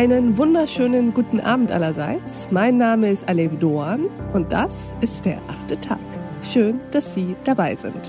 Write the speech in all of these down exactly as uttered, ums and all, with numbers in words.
Einen wunderschönen guten Abend allerseits. Mein Name ist Alev Doan und das ist der achte Tag. Schön, dass Sie dabei sind.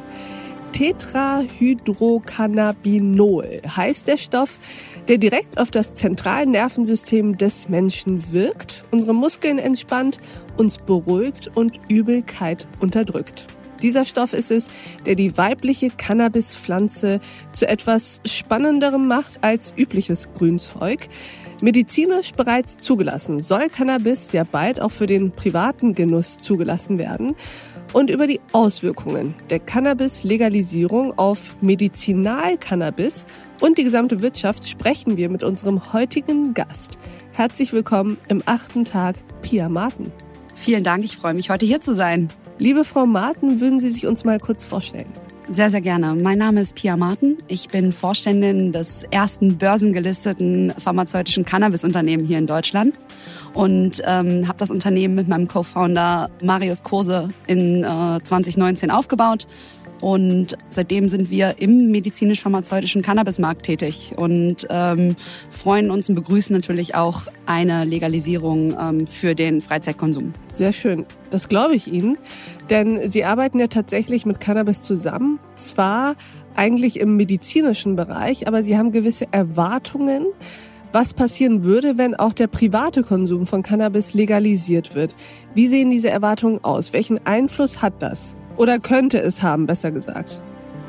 Tetrahydrocannabinol heißt der Stoff, der direkt auf das Zentralnervensystem des Menschen wirkt, unsere Muskeln entspannt, uns beruhigt und Übelkeit unterdrückt. Dieser Stoff ist es, der die weibliche Cannabispflanze zu etwas Spannenderem macht als übliches Grünzeug. Medizinisch bereits zugelassen, soll Cannabis ja bald auch für den privaten Genuss zugelassen werden. Und über die Auswirkungen der Cannabis-Legalisierung auf Medizinalcannabis und die gesamte Wirtschaft sprechen wir mit unserem heutigen Gast. Herzlich willkommen im achten Tag, Pia Marten. Vielen Dank, ich freue mich, heute hier zu sein. Liebe Frau Marten, würden Sie sich uns mal kurz vorstellen? Sehr, sehr gerne. Mein Name ist Pia Marten. Ich bin Vorständin des ersten börsengelisteten pharmazeutischen Cannabis-Unternehmens hier in Deutschland und ähm, habe das Unternehmen mit meinem Co-Founder Marius Kose in äh, zwanzig neunzehn aufgebaut. Und seitdem sind wir im medizinisch-pharmazeutischen Cannabismarkt tätig und ähm, freuen uns und begrüßen natürlich auch eine Legalisierung ähm, für den Freizeitkonsum. Sehr schön, das glaube ich Ihnen, denn Sie arbeiten ja tatsächlich mit Cannabis zusammen, zwar eigentlich im medizinischen Bereich, aber Sie haben gewisse Erwartungen, was passieren würde, wenn auch der private Konsum von Cannabis legalisiert wird. Wie sehen diese Erwartungen aus? Welchen Einfluss hat das? Oder könnte es haben, besser gesagt?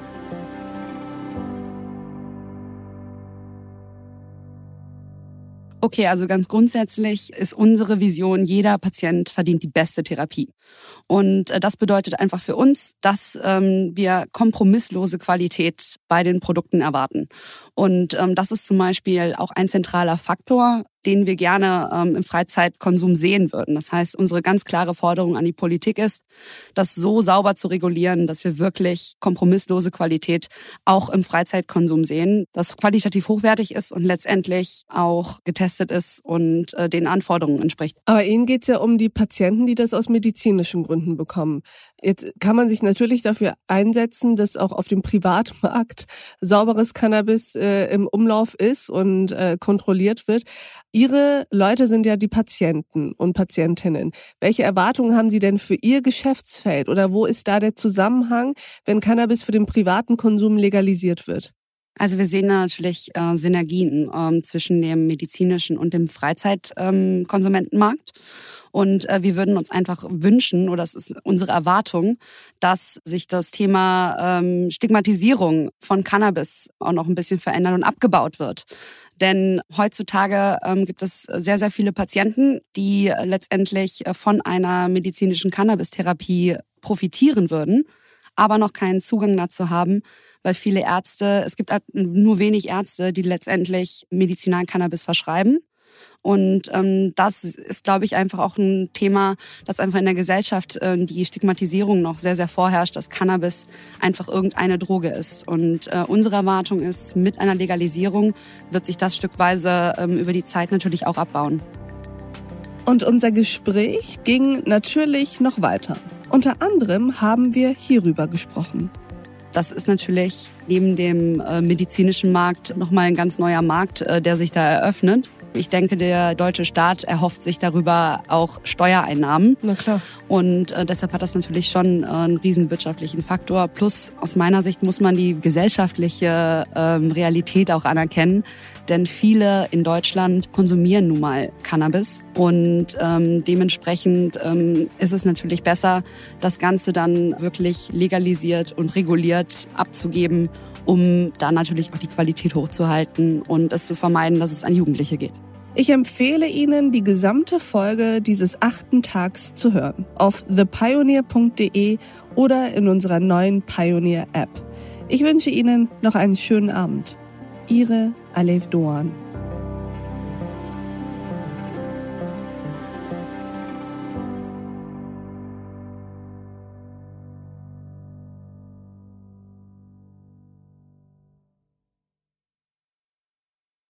Okay, also ganz grundsätzlich ist unsere Vision, jeder Patient verdient die beste Therapie. Und das bedeutet einfach für uns, dass ähm, wir kompromisslose Qualität bei den Produkten erwarten. Und ähm, das ist zum Beispiel auch ein zentraler Faktor, den wir gerne ähm, im Freizeitkonsum sehen würden. Das heißt, unsere ganz klare Forderung an die Politik ist, das so sauber zu regulieren, dass wir wirklich kompromisslose Qualität auch im Freizeitkonsum sehen, das qualitativ hochwertig ist und letztendlich auch getestet ist und äh, den Anforderungen entspricht. Aber Ihnen geht es ja um die Patienten, die das aus medizinischen Gründen bekommen. Jetzt kann man sich natürlich dafür einsetzen, dass auch auf dem Privatmarkt sauberes Cannabis äh, im Umlauf ist und äh, kontrolliert wird. Ihre Leute sind ja die Patienten und Patientinnen. Welche Erwartungen haben Sie denn für Ihr Geschäftsfeld oder wo ist da der Zusammenhang, wenn Cannabis für den privaten Konsum legalisiert wird? Also wir sehen da natürlich äh, Synergien ähm, zwischen dem medizinischen und dem Freizeitkonsumentenmarkt. Ähm, und äh, wir würden uns einfach wünschen, oder das ist unsere Erwartung, dass sich das Thema ähm, Stigmatisierung von Cannabis auch noch ein bisschen verändert und abgebaut wird. Denn heutzutage ähm, gibt es sehr, sehr viele Patienten, die letztendlich von einer medizinischen Cannabis-Therapie profitieren würden, aber noch keinen Zugang dazu haben, weil viele Ärzte, es gibt nur wenig Ärzte, die letztendlich Medizinalcannabis verschreiben. Und ähm, das ist, glaube ich, einfach auch ein Thema, das einfach in der Gesellschaft äh, die Stigmatisierung noch sehr, sehr vorherrscht, dass Cannabis einfach irgendeine Droge ist. Und äh, unsere Erwartung ist, mit einer Legalisierung wird sich das stückweise ähm, über die Zeit natürlich auch abbauen. Und unser Gespräch ging natürlich noch weiter. Unter anderem haben wir hierüber gesprochen. Das ist natürlich neben dem äh, medizinischen Markt nochmal ein ganz neuer Markt, äh, der sich da eröffnet. Ich denke, der deutsche Staat erhofft sich darüber auch Steuereinnahmen. Na klar. Und äh, deshalb hat das natürlich schon äh, einen riesen wirtschaftlichen Faktor. Plus aus meiner Sicht muss man die gesellschaftliche ähm, Realität auch anerkennen. Denn viele in Deutschland konsumieren nun mal Cannabis. Und ähm, dementsprechend ähm, ist es natürlich besser, das Ganze dann wirklich legalisiert und reguliert abzugeben, um da natürlich auch die Qualität hochzuhalten und es zu vermeiden, dass es an Jugendliche geht. Ich empfehle Ihnen, die gesamte Folge dieses achten Tags zu hören. Auf the pioneer punkt de oder in unserer neuen Pioneer App. Ich wünsche Ihnen noch einen schönen Abend. Ihre Alev Doan.